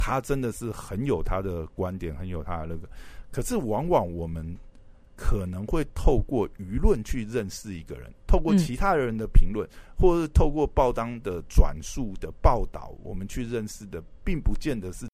他真的是很有他的观点，很有他的那个，可是往往我们可能会透过舆论去认识一个人，透过其他人的评论，或者是透过报章的转述的报道，我们去认识的，并不见得是。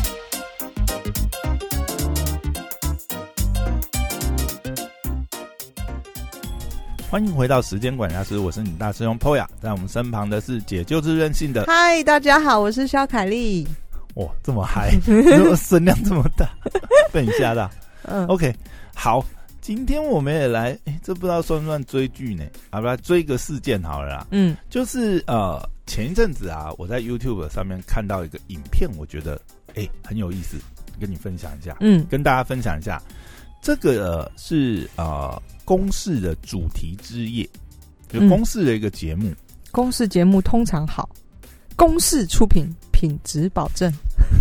欢迎回到时间管家师，我是你大师兄 Poya， 在我们身旁的是解就是任性的。 嗨，大家好，我是肖凯丽。 哇，这么嗨，声量这么大，被你吓到。OK， 好，今天我们也来，这不知道算不算追剧呢？不然追一个事件好了啦。就是前一阵子啊，我在 YouTube 上面看到一个影片，我觉得很有意思，跟你分享一下。跟大家分享一下。这个是公视的主题之夜，就公视的一个节目。 公视节目通常好，公视出品，品质保证。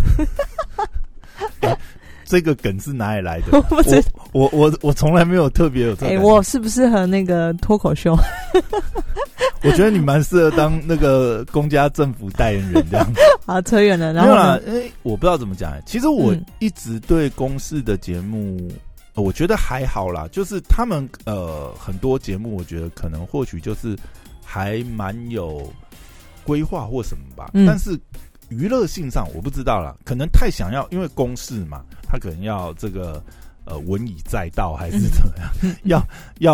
这个梗是哪里来的？我从来没有特别有这个。 我适不适合那个脱口秀？ 我觉得你蛮适合当那个公家政府代言人这样子。 好，扯远了。然后呢？ 我不知道怎么讲。其实我一直对公视的节目。我觉得还好啦，就是他们很多节目，我觉得可能或许就是还蛮有规划或什么吧，但是娱乐性上我不知道啦，可能太想要，因为公视嘛，他可能要这个文以载道还是怎么样，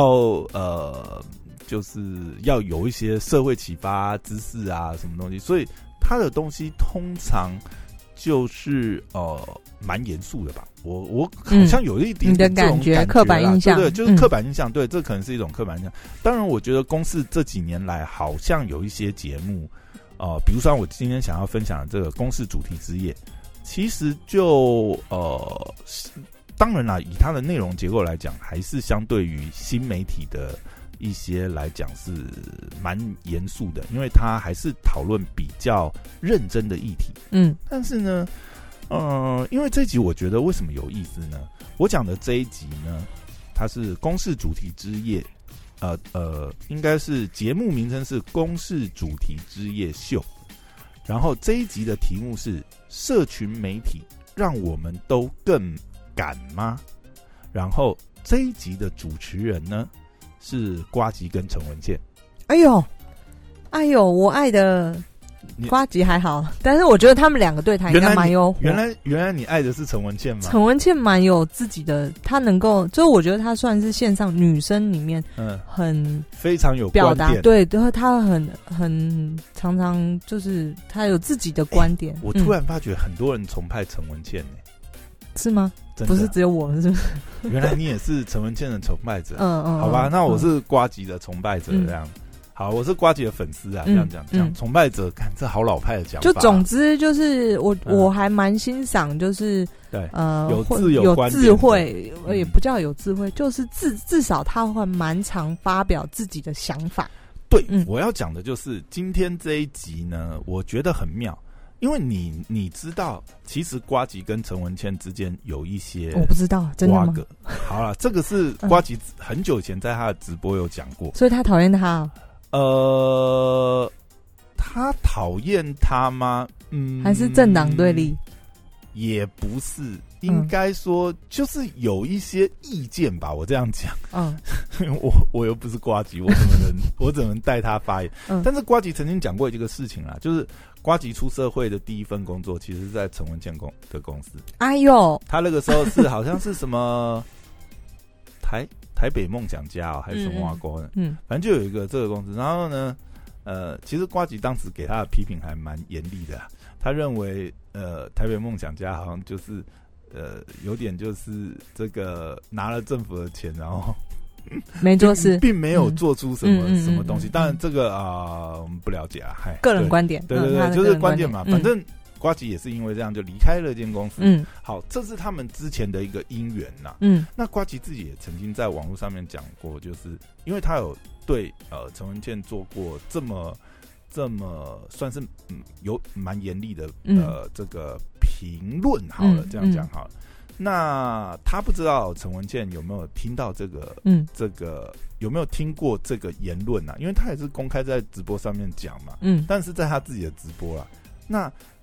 就是要有一些社会启发知识啊什么东西，所以他的东西通常就是蛮严肃的吧。我好像有一点你的感觉刻板印象， 对，就是刻板印象，对，这可能是一种刻板印象。当然，我觉得公视这几年来好像有一些节目，比如说我今天想要分享的这个公视主题之夜，其实就当然啦，以它的内容结构来讲，还是相对于新媒体的一些来讲是蛮严肃的，因为它还是讨论比较认真的议题。但是呢。因为这一集我觉得为什么有意思呢？我讲的这一集呢，它是公视主题之夜，应该是节目名称是公视主题之夜秀。然后这一集的题目是社群媒体让我们都更敢吗？然后这一集的主持人呢是呱吉跟陈文茜。 哎呦，我爱的。呱吉还好，但是我觉得他们两个对谈应该蛮有火。 原来你爱的是陈文茜吗？ 陈文茜蛮有自己的，她能够，就我觉得她算是线上女生里面非常有表达，对，她很常常就是她有自己的观点。 我突然发觉很多人崇拜陈文茜是吗？不是只有我们，是不是？ 原来你也是陈文茜的崇拜者。好吧，那我是呱吉的崇拜者这样。好，我是呱吉的粉丝啊，这样讲，崇拜者，看这好老派的讲法。 就总之就是我还蛮欣赏，就是对， 有智慧，也不叫有智慧，就是至少他会蛮常发表自己的想法。 对，我要讲的就是今天这一集呢，我觉得很妙，因为你知道，其实呱吉跟陈文茜之间有一些我不知道，真的吗？ 好啦，这个是呱吉很久以前在他的直播有讲过， 所以他讨厌他。 他讨厌他吗？ 还是政党对立？ 也不是，应该说就是有一些意见吧。我这样讲，我又不是呱吉，我怎么能代他发言？但是呱吉曾经讲过一个事情啦，就是呱吉出社会的第一份工作，其实是在陈文茜的公司。哎呦，他那个时候是好像是什么台北梦想家还是什么挖沟的，反正就有一个这个公司。然后呢，其实呱吉当时给他的批评还蛮严厉的，他认为台北梦想家好像就是有点就是这个拿了政府的钱，然后没做事， 并没有做出什么东西。当然这个我们不了解啊， 个人观点， 对，就是观点嘛，反正。呱吉也是因为这样就离开了这间公司。好，这是他们之前的一个因缘呐。那呱吉自己也曾经在网络上面讲过，就是因为他有对陈文茜做过这么算是有蛮严厉的这个评论好了，这样讲好了。那他不知道陈文茜有没有听到这个有没有听过这个言论啊？因为他也是公开在直播上面讲嘛，但是在他自己的直播啦。那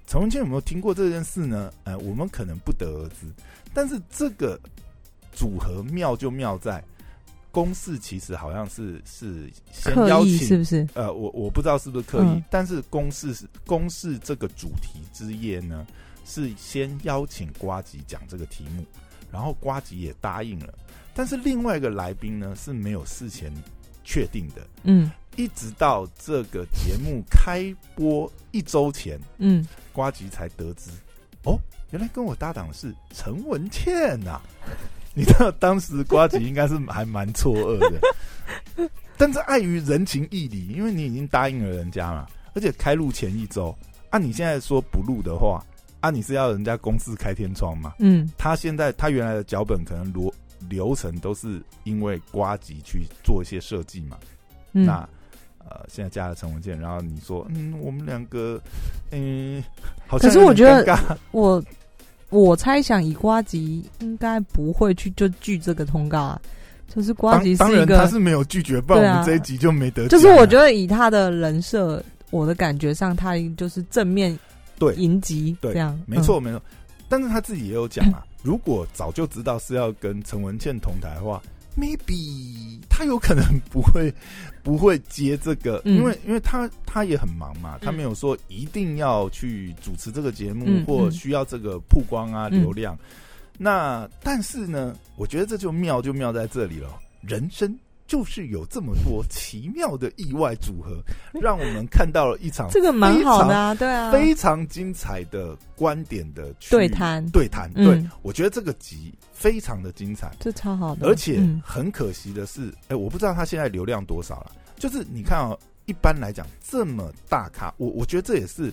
陈文茜有没有听过这件事呢？我们可能不得而知。但是这个组合妙就妙在，公视其实好像是先邀请， 是不是？ 我不知道是不是刻意，但是公视这个主题之夜呢，是先邀请呱吉讲这个题目，然后呱吉也答应了。但是另外一个来宾呢是没有事前确定的，一直到这个节目开播1周前，呱吉才得知，原来跟我搭档的是陈文茜啊！你知道当时呱吉应该是还蛮错愕的，但是碍于人情义理，因为你已经答应了人家嘛，而且开录前1周啊，你现在说不录的话啊，你是要人家公司开天窗嘛？他原来的脚本可能流程都是因为呱吉去做一些设计嘛，那现在加了陈文茜，然后你说我们两个好像有点尴尬。可是我觉得我猜想以呱吉应该不会去就拒这个通告啊，就是呱吉是一个， 当然他是没有拒绝，不然我们这一集就没得讲。 就是我觉得以他的人设，我的感觉上他就是正面迎击这样， 没错没错。但是他自己也有讲啊，如果早就知道是要跟陈文茜同台的话，maybe 他有可能不会接这个，因为他也很忙嘛，他没有说一定要去主持这个节目，或需要这个曝光啊流量。那但是呢，我觉得这就妙在这里了，人生就是有这么多奇妙的意外组合，让我们看到了一场这个蛮好的啊，对啊， 非常精彩的观点的对谈。 对，我觉得这个集非常的精彩， 这超好的。 而且很可惜的是，我不知道他现在流量多少了。就是你看一般来讲这么大咖，我觉得这也是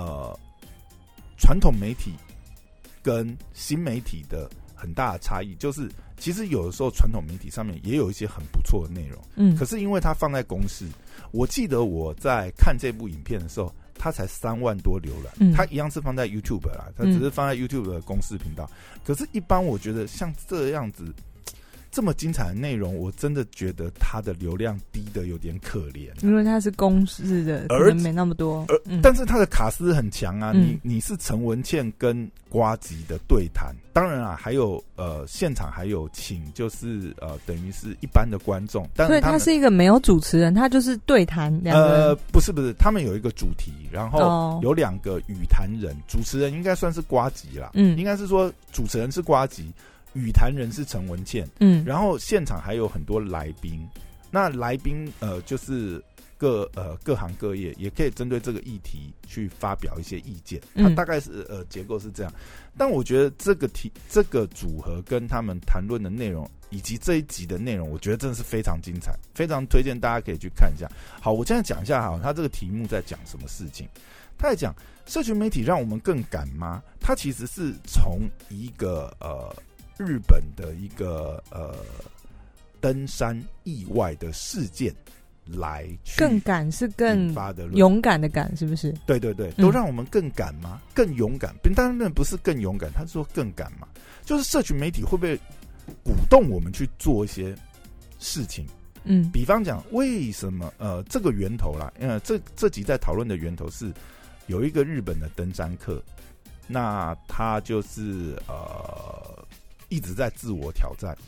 传统媒体跟新媒体的很大的差异，就是其实有的时候传统媒体上面也有一些很不错的内容，可是因为它放在公视，我记得我在看这部影片的时候，它才3万多浏览，它一样是放在 YouTube 啦，它只是放在 YouTube 的公视频道，可是一般我觉得像这样子这么精彩的内容，我真的觉得它的流量低的有点可怜， 因为它是公视的，可能没那么多。 但是它的卡司很强啊，你是陈文茜跟呱吉的对谈，当然啊，还有现场还有请就是等于是一般的观众， 所以他是一个没有主持人，他就是对谈两个人。 不是，他们有一个主题，然后有2个语坛人，主持人应该算是呱吉啦，应该是说主持人是呱吉。语坛人是陈文茜，然后现场还有很多来宾，那来宾就是各行各业，也可以针对这个议题去发表一些意见，它大概是结构是这样。但我觉得这个组合跟他们谈论的内容以及这一集的内容，我觉得真的是非常精彩，非常推荐大家可以去看一下。好，我现在讲一下他这个题目在讲什么事情。他在讲社群媒体让我们更敢吗？他其实是从一个日本的一个登山意外的事件来去更敢是更勇敢的敢，是不是？ 对，都让我们更敢吗？更勇敢？当然不是更勇敢，他是说更敢嘛。就是社群媒体会不会鼓动我们去做一些事情？比方讲，为什么这个源头啦？这集在讨论的源头是有一个日本的登山客，那他就是一直在自我挑战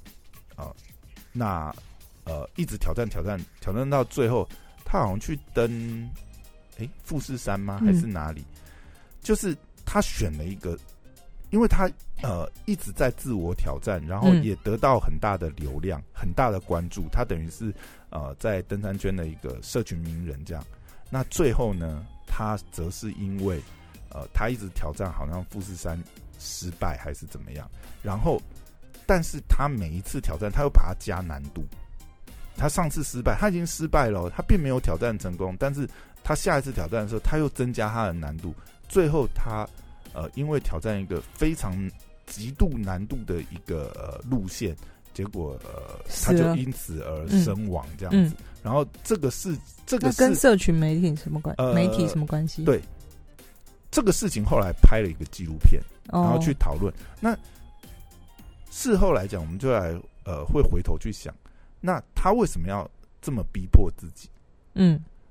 那一直挑战到最后，他好像去登富士山吗？还是哪里？就是他选了一个，因为他一直在自我挑战，然后也得到很大的流量、很大的关注，他等于是在登山圈的一个社群名人这样。那最后呢，他则是因为他一直挑战，好像富士山失败还是怎么样，然后但是他每一次挑战他又把它加难度，他上次失败，他已经失败了，他并没有挑战成功，但是他下一次挑战的时候他又增加他的难度，最后他因为挑战一个非常极度难度的一个路线，结果他就因此而身亡这样子。然后这个跟社群媒体什么关媒体什么关系？ 对，这个事情后来拍了一个纪录片，然后去讨论。那事后来讲，我们就来会回头去想，那他为什么要这么逼迫自己？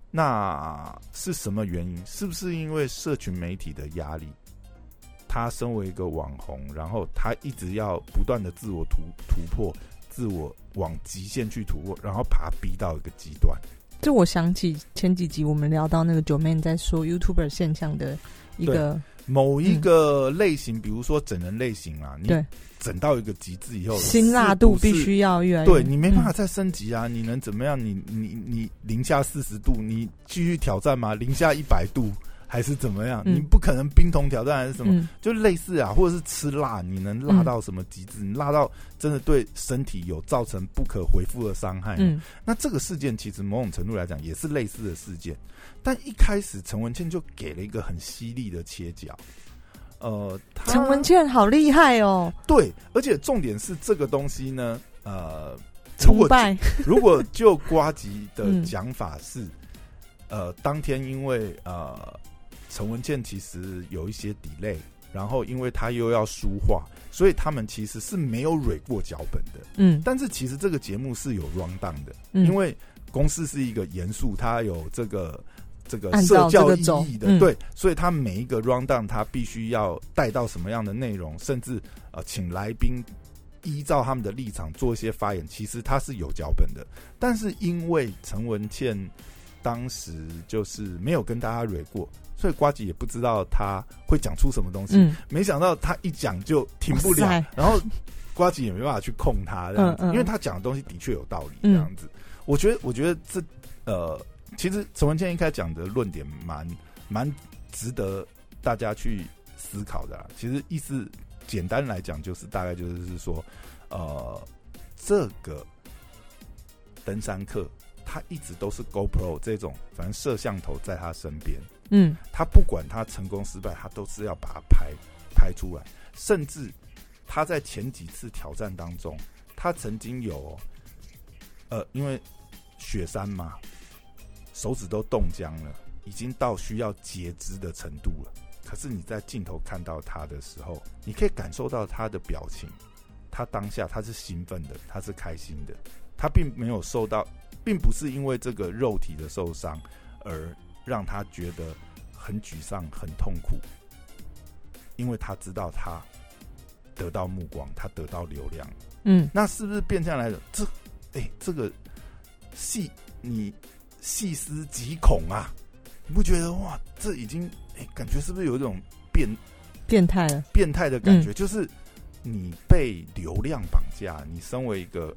那是什么原因？是不是因为社群媒体的压力？他身为一个网红，然后他一直要不断的自我突破，自我往极限去突破，然后把他逼到一个极端。 就我想起前几集我们聊到那个Joeman在说 YouTuber 现象的一个某一个类型，比如说整人类型啊，你整到一个极致以后， 辛辣度必须要越来越， 对，你没办法再升级啊！你能怎么样？你零下40度，你继续挑战吗？零下100度还是怎么样？你不可能冰桶挑战还是什么？就类似啊，或者是吃辣，你能辣到什么极致？你辣到真的对身体有造成不可回复的伤害。那这个事件其实某种程度来讲也是类似的事件，但一开始陈文茜就给了一个很犀利的切角。 陈文茜好厉害哦！ 对，而且重点是这个东西呢， 崇拜。 如果就呱吉的讲法是，当天因为陈文茜其实有一些 delay， 然后因为他又要书画，所以他们其实是没有蕊过脚本的。但是其实这个节目是有 run down 的，因为公司是一个严肃，它有这个社交意义的，对，所以他每一个 round down 他必须要带到什么样的内容，甚至请来宾依照他们的立场做一些发言，其实他是有脚本的。但是因为陈文茜当时就是没有跟大家蕊过，所以呱吉也不知道他会讲出什么东西，没想到他一讲就停不了，然后呱吉也没办法去控他这样子，因为他讲的东西的确有道理这样子。我觉得这其实陈文茜一开始讲的论点蛮值得大家去思考的啦。其实意思简单来讲，就是大概就是说，这个登山客他一直都是 GoPro 这种，反正摄像头在他身边，他不管他成功失败，他都是要把它拍出来。甚至他在前几次挑战当中，他曾经有因为雪山嘛，手指都冻僵了，已经到需要截肢的程度了。可是你在镜头看到他的时候，你可以感受到他的表情，他当下他是兴奋的，他是开心的，他并没有受到，并不是因为这个肉体的受伤而让他觉得很沮丧、很痛苦，因为他知道他得到目光，他得到流量。那是不是变相来的？这个你细思极恐啊！你不觉得哇？这已经感觉是不是有一种变态的感觉？就是你被流量绑架，你身为一个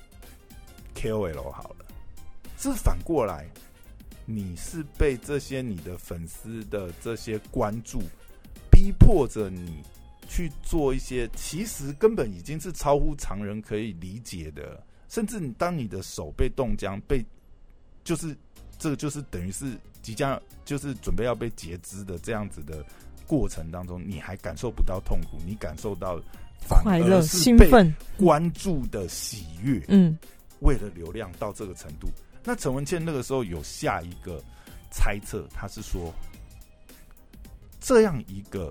KOL 好了，是反过来，你是被这些你的粉丝的这些关注，逼迫着你去做一些其实根本已经是超乎常人可以理解的，甚至当你的手被冻僵，就是这个就是等于是即将就是准备要被截肢的这样子的过程当中，你还感受不到痛苦，你感受到快乐、兴奋、 关注的喜悦。为了流量到这个程度，那陈文茜那个时候有下一个猜测，他是说这样一个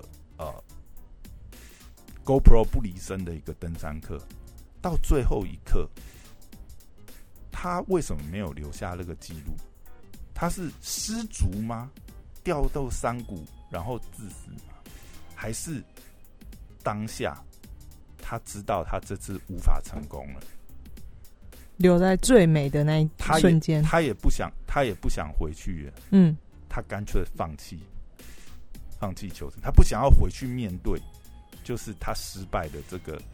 GoPro 不离身的一个登山客，到最后一刻，他为什么没有留下那个记录？他是失足吗？掉到山谷然后自死吗？还是当下他知道他这次无法成功了， 留在最美的那一瞬间， 他也不想回去了。他干脆放弃求生，他不想要回去面对，就是他失败的这个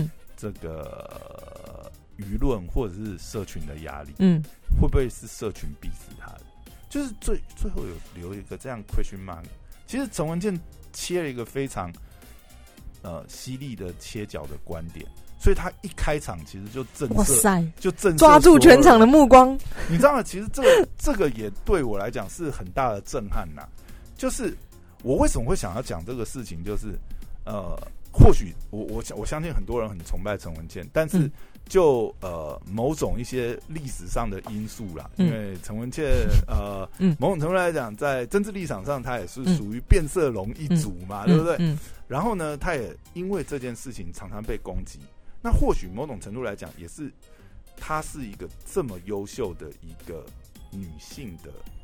舆论或者是社群的压力。会不会是社群逼死他的？就是最后有留一个这样 question mark。其实陈文茜切了一个非常犀利的切角的观点，所以他一开场其实就震慑抓住全场的目光。 你知道吗？其实这个也对我来讲是很大的震撼呐。就是我为什么会想要讲这个事情，就是或许我相信很多人很崇拜陈文茜，但是就某种一些历史上的因素啦，因为陈文茜某种程度来讲，在政治立场上，他也是属于变色龙一族嘛，对不对？然后呢，他也因为这件事情常常被攻击。那或许某种程度来讲，也是她是一个这么优秀的一个女性的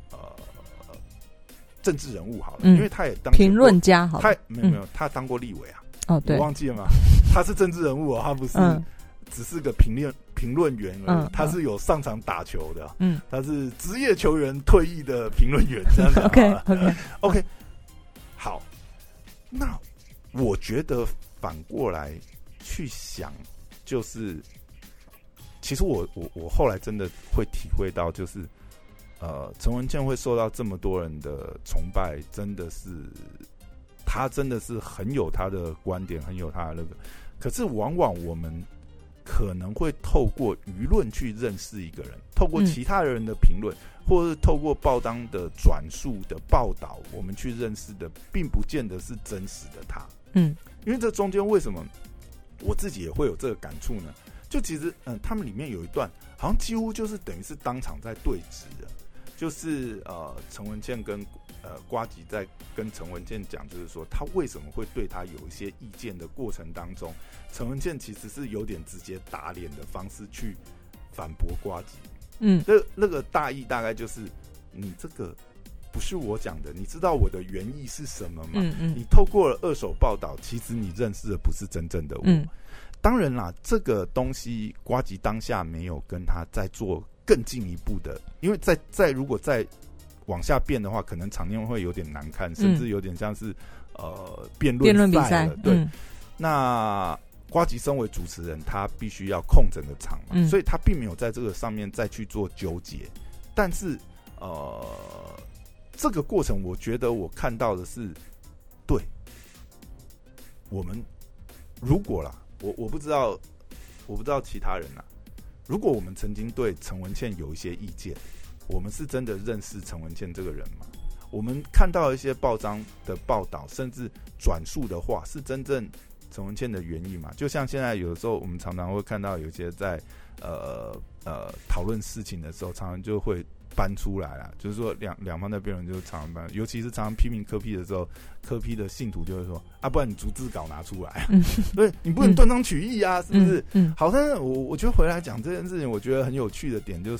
政治人物好了，因为他也当评论家好了， 他没有，他当过立委啊。 哦，对， 我忘记了吗？他是政治人物哦，他不是只是个评论员而已，他是有上场打球的，他是职业球员退役的评论员，这样子。OK， 好，那我觉得反过来去想，就是其实我后来真的会体会到，就是陈文茜会受到这么多人的崇拜，真的是他真的是很有他的观点，很有他的那个。可是往往我们可能会透过舆论去认识一个人，透过其他人的评论，或者是透过报章的转述的报道，我们去认识的，并不见得是真实的他。因为这中间为什么我自己也会有这个感触呢？就其实他们里面有一段好像几乎就是等于是当场在对质的，就是陈文茜跟呱吉在跟陈文茜讲，就是说他为什么会对他有一些意见的过程当中，陈文茜其实是有点直接打脸的方式去反驳呱吉。那个大意大概就是你这个不是我讲的，你知道我的原意是什么吗？你透过了二手报道，其实你认识的不是真正的我。当然啦，这个东西呱吉当下没有跟他再做更进一步的，因为如果再往下变的话，可能场面会有点难看，甚至有点像是辩论比赛了。对，那呱吉身为主持人，他必须要控整个场嘛，所以他并没有在这个上面再去做纠结。但是这个过程，我觉得我看到的是，对我们如果啦，我不知道其他人啦，如果我们曾经对陈文茜有一些意见，我们是真的认识陈文茜这个人吗？我们看到一些报章的报道，甚至转述的话，是真正陈文茜的原意吗？就像现在有的时候，我们常常会看到有些在讨论事情的时候，常常就会搬出来啦，就是说两方的辩论就常常搬，尤其是常常批评柯 P 的时候，柯 P 的信徒就会说啊，不然你逐字稿拿出来，对，你不能断章取义啊，是不是？好，但是我觉得回来讲这件事情，我觉得很有趣的点就是，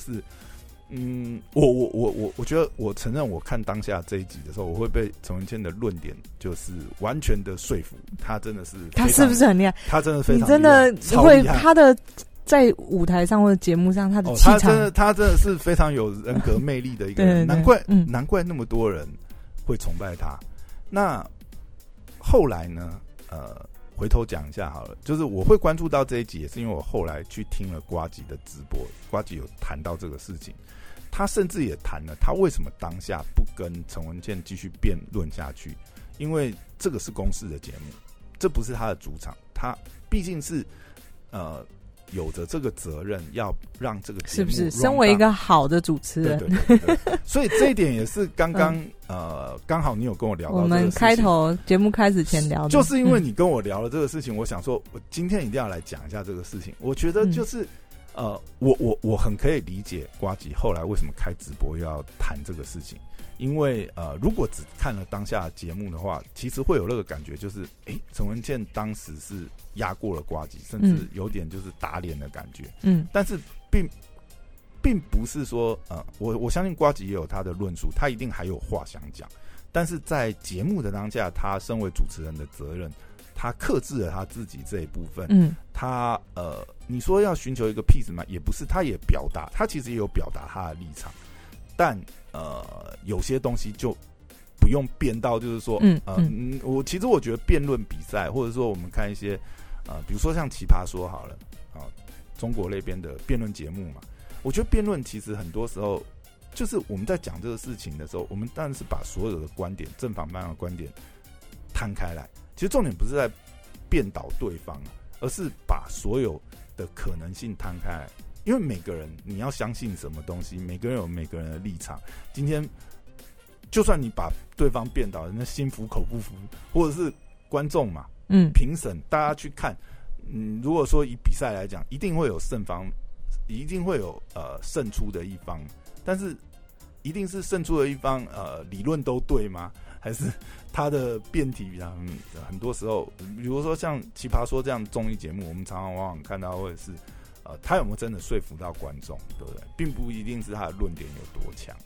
我觉得我承认，我看当下这一集的时候，我会被陈文茜的论点就是完全的说服，他真的是他是不是很厉害？ 他真的非常厉害， 你真的会他的。在舞台上或者节目上，他的气场， 他真的是非常有人格魅力的一个人，难怪那么多人会崇拜他。那后来呢？回头讲一下好了，就是我会关注到这一集，也是因为我后来去听了呱吉的直播，呱吉有谈到这个事情，他甚至也谈了他为什么当下不跟陈文茜继续辩论下去，因为这个是公视的节目，这不是他的主场，他毕竟是有着这个责任，要让这个节目是不是身为一个好的主持人？ 对，所以这一点也是刚好你有跟我聊到这个事情。我们开头节目开始前聊的， 就是因为你跟我聊了这个事情，我想说，我今天一定要来讲一下这个事情。我觉得就是我很可以理解呱吉后来为什么开直播要谈这个事情。因为如果只看了当下的节目的话，其实会有那个感觉，就是陈文茜当时是压过了呱吉，甚至有点就是打脸的感觉。但是并不是说我相信呱吉也有他的论述，他一定还有话想讲。但是在节目的当下，他身为主持人的责任，他克制了他自己这一部分。他你说要寻求一个 peace 吗？也不是，他也表达，他其实也有表达他的立场。但有些东西就不用变到，就是说，其实我觉得辩论比赛，或者说我们看一些比如说像奇葩说好了中国那边的辩论节目嘛，我觉得辩论其实很多时候就是我们在讲这个事情的时候，我们当然是把所有的观点，正反方的观点摊开来，其实重点不是在辩倒对方，而是把所有的可能性摊开来。因为每个人你要相信什么东西，每个人有每个人的立场。今天就算你把对方辩倒，人家心服口不服，或者是观众嘛，评审大家去看，如果说以比赛来讲，一定会有胜方，一定会有胜出的一方，但是一定是胜出的一方理论都对吗？还是他的辩题比较很多时候，比如说像奇葩说这样综艺节目，我们常常往往看到或者是他有没有真的说服到观众，对不对？并不一定是他的论点有多强。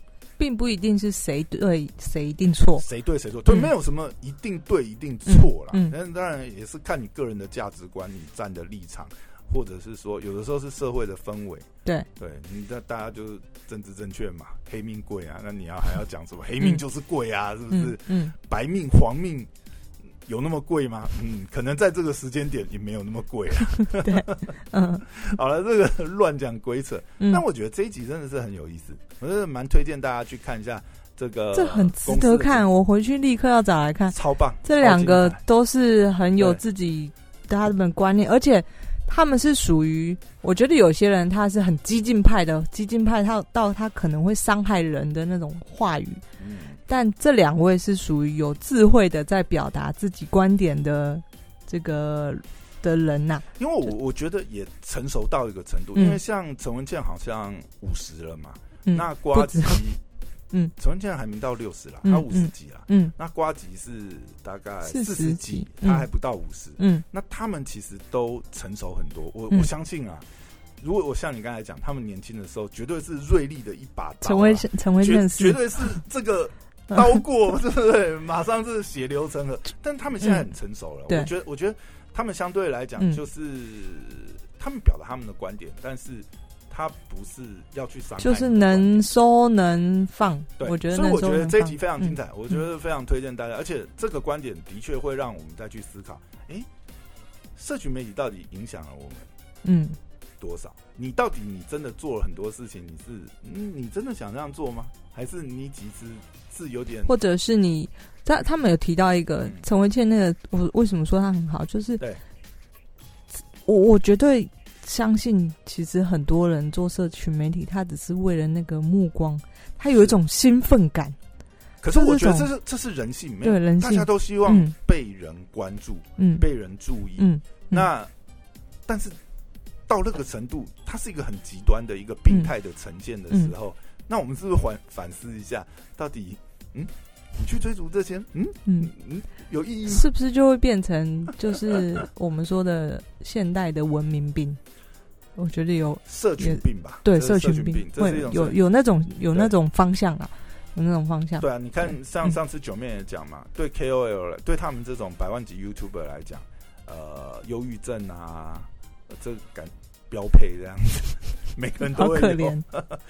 并不一定是谁对谁一定错， 谁对谁错，对，没有什么一定对一定错啦。但当然也是看你个人的价值观，你站的立场，或者是说有的时候是社会的氛围。对，你大家就是政治正确嘛，黑命贵啊，那你还要讲什么黑命就是贵啊，是不是？白命黄命有那么贵吗？可能在这个时间点也没有那么贵啊。对，好了，这个乱讲鬼扯。但我觉得这一集真的是很有意思，我真的蛮推荐大家去看一下这很值得看，我回去立刻要找来看， 超棒。 这两个都是很有自己的他们观念，而且他们是属于，我觉得有些人他是很激进派的，激进派到他可能会伤害人的那种话语。但这两位是属于有智慧的，在表达自己观点的这个的人呐。 因为我觉得也成熟到一个程度，因为像陈文茜好像50了嘛，那呱吉，陈文茜还没到60啦，他50几啦，那呱吉是大概40几，他还不到50，那他们其实都成熟很多，我相信啊。如果我像你刚才讲，他们年轻的时候绝对是锐利的一把刀， 成为认识， 绝对是这个刀过，对不对？马上是血流成河。但他们现在很成熟了，我觉得他们相对来讲，就是他们表达他们的观点，但是他不是要去伤害， 就是能收能放。 对， 我觉得所以我觉得这一集非常精彩，我觉得非常推荐大家，而且这个观点的确会让我们再去思考，社群媒体到底影响了我们，多少？你真的做了很多事情，你真的想这样做吗？还是你其实是有点， 或者是他们有提到一个陈文茜那个，我为什么说他很好？就是对， 我绝对相信，其实很多人做社群媒体，他只是为了那个目光，他有一种兴奋感。 可是我觉得这是人性， 对人性， 大家都希望被人关注，被人注意。那但是到那个程度，它是一个很极端的一个病态的呈现的时候，那我们是不是反思一下，到底你去追逐这些，有意义吗？ 是不是就会变成就是我们说的现代的文明病？我觉得有社群病吧， 对，社群病会有那种方向啊。有那种方向， 对啊，你看上次九妹也讲嘛，对 KOL 对他们这种100万级 YouTuber 来讲，忧郁症啊，这感标配这样子，每个人都会有， 好可怜，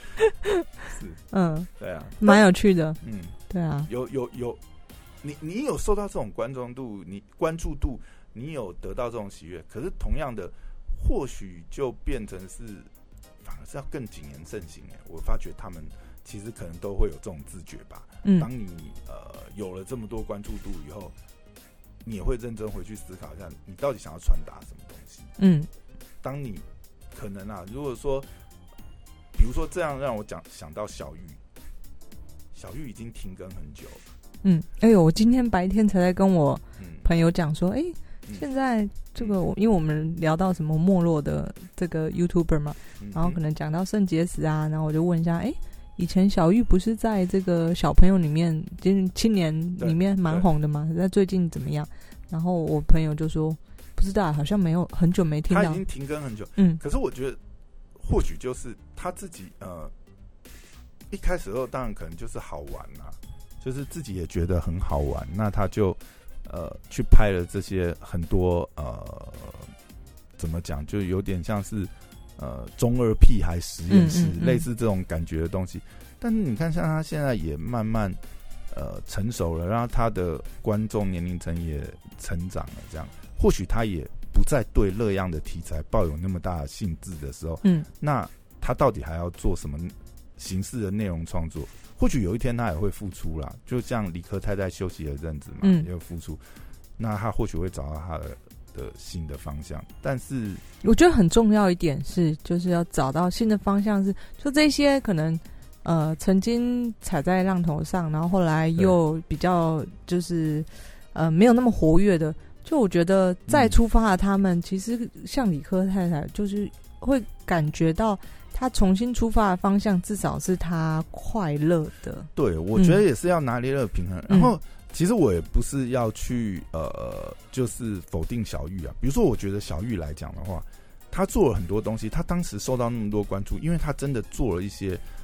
是，对啊， 蛮有趣的，对啊， 有，你有受到这种关注度，你关注度，你有得到这种喜悦，可是同样的，或许就变成是反而是要更谨言慎行。我发觉他们其实可能都会有这种自觉吧。当你有了这么多关注度以后，你也会认真回去思考一下，你到底想要传达什么东西。当你可能如果说，比如说这样让我想到小玉已经停更很久了。 我今天白天才在跟我朋友讲说，现在这个因为我们聊到什么没落的这个 YouTuber 嘛，然后可能讲到肾结石啊，然后我就问一下，以前小玉不是在这个小朋友里面，就是青年里面蛮红的嘛？在最近怎么样？然后我朋友就说不知道，好像没有，很久没听到。 他已经停更很久。可是我觉得或许就是他自己一开始的时候当然可能就是好玩啦，就是自己也觉得很好玩，那他就去拍了这些很多怎么讲，就有点像是中二屁孩实验室类似这种感觉的东西。但是你看像他现在也慢慢成熟了，然后他的观众年龄层也成长了，这样或许他也不再对那样的题材抱有那么大的兴致的时候，那他到底还要做什么形式的内容创作？或许有一天他也会复出啦，就像理科太太休息了阵子嘛，也有复出，那他或许会找到他的新的方向。但是我觉得很重要一点是，就是要找到新的方向，是就这些可能曾经踩在浪头上，然后后来又比较就是没有那么活跃的，就我觉得再出发的他们，其实像理科太太就是会感觉到他重新出发的方向至少是他快乐的。 对，我觉得也是要拿捏了平衡。然后其实我也不是要去就是否定小玉啊，比如说我觉得小玉来讲的话，他做了很多东西，他当时受到那么多关注，因为他真的做了一些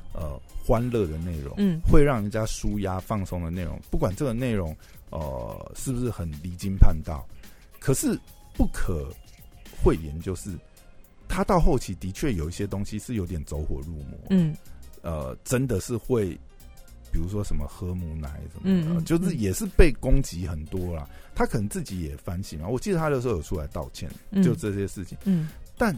欢乐的内容，会让人家抒压放松的内容，不管这个内容是不是很离经叛道，可是不可讳言就是他到后期的确有一些东西是有点走火入魔，真的是会比如说什么喝母奶什么的，就是也是被攻击很多啦，他可能自己也反省嘛，我记得他的时候有出来道歉，就这些事情，但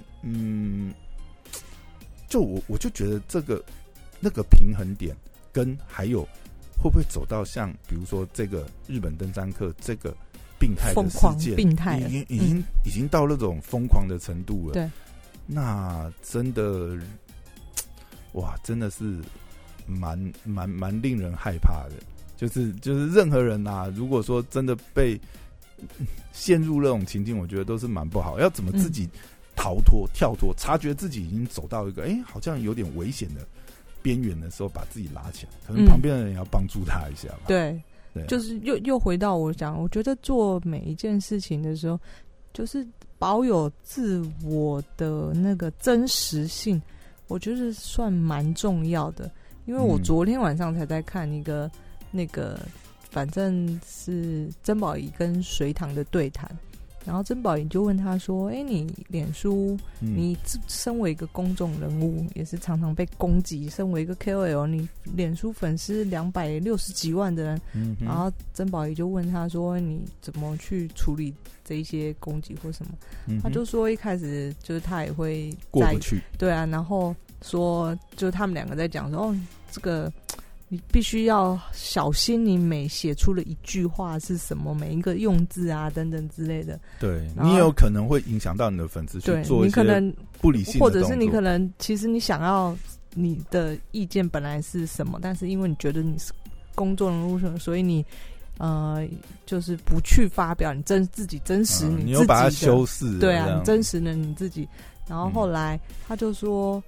就我就觉得这个那个平衡点跟还有会不会走到像比如说这个日本登山客这个病态的事件， 病态已经到那种疯狂的程度了， 对， 那真的哇，真的是蛮令人害怕的，就是任何人啊，如果说真的被陷入那种情境，我觉得都是蛮不好，要怎么自己逃脱跳脱，察觉自己已经走到一个好像有点危险的边缘的时候，把自己拉起来，可能旁边的人也要帮助他一下吧。 对，就是又回到我讲，我觉得做每一件事情的时候，就是保有自我的那个真实性，我觉得算蛮重要的。因为我昨天晚上才在看一个那个，反正是曾宝仪跟隋棠的对谈。然后曾宝仪就问他说：“你脸书，你身为一个公众人物，也是常常被攻击，身为一个 KOL， 你脸书粉丝260几万的人，然后曾宝仪就问他说：你怎么去处理这一些攻击或什么？他就说一开始就是他也会过不去，对啊，然后说就是他们两个在讲说，这个。”你必须要小心，你每写出了一句话是什么，每一个用字啊等等之类的。 对，你有可能会影响到你的粉丝去做一些不理性的动作， 或者是你可能其实你想要你的意见本来是什么，但是因为你觉得你是公众人物，所以你就是不去发表你自己真实你自己的， 你又把它修饰， 对啊，你真实的你自己。然后后来他就说，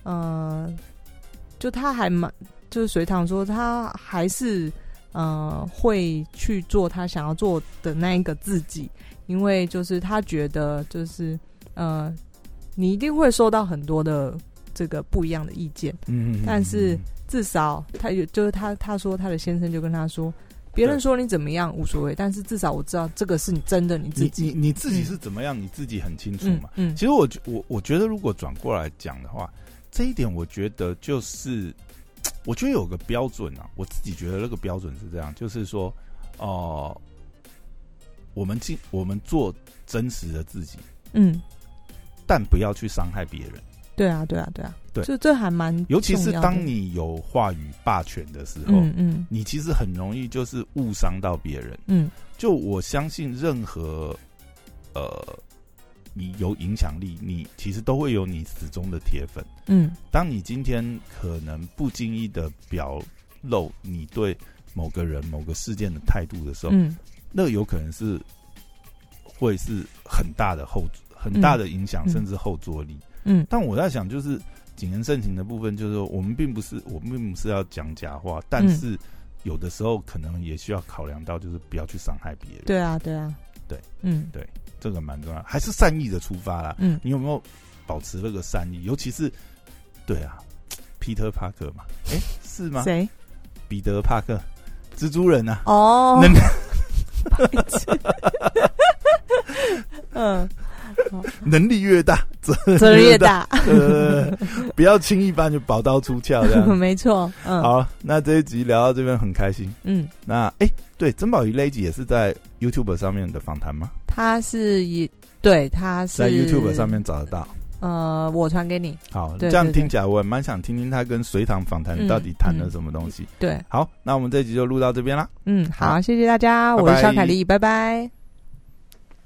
就他还就是隋棠说他还是会去做他想要做的那一个自己，因为就是他觉得就是你一定会收到很多的这个不一样的意见，但是至少他就是他说他的先生就跟他说，别人说你怎么样无所谓，但是至少我知道这个是你真的你自己， 你自己是怎么样，你自己很清楚嘛。其实我觉得如果转过来讲的话，这一点我觉得就是。我觉得有个标准啊，我自己觉得那个标准是这样，就是说，我们做真实的自己，但不要去伤害别人。 对啊，对，这还蛮重要的， 尤其是当你有话语霸权的时候，你其实很容易就是误伤到别人。就我相信任何你有影响力，你其实都会有你死忠的铁粉。当你今天可能不经意的表露你对某个人、某个事件的态度的时候，那有可能是会是很大的影响，甚至后坐力。但我在想，就是谨言慎行的部分，就是说我们并不是要讲假话，但是有的时候可能也需要考量到，就是不要去伤害别人。 对啊， 对，对。这个蛮重要，还是善意的出发啦。你有没有保持那个善意？尤其是对啊，Peter Parker 嘛，是吗？ 谁？ 彼得·帕克，蜘蛛人啊。 哦， 能力越大，责任越大。 不要轻易把你宝刀出鞘，这样没错。 好，那这一集聊到这边很开心。那对，曾宝仪那一集也是在 YouTube 上面的访谈吗？ 他是他是在 YouTube 上面找得到。 我传给你。 好，这样听起来我也蛮想听听他跟隋棠访谈到底谈了什么东西。 对， 好，那我们这一集就录到这边啦。 好，谢谢大家，我是肖凯丽，拜拜。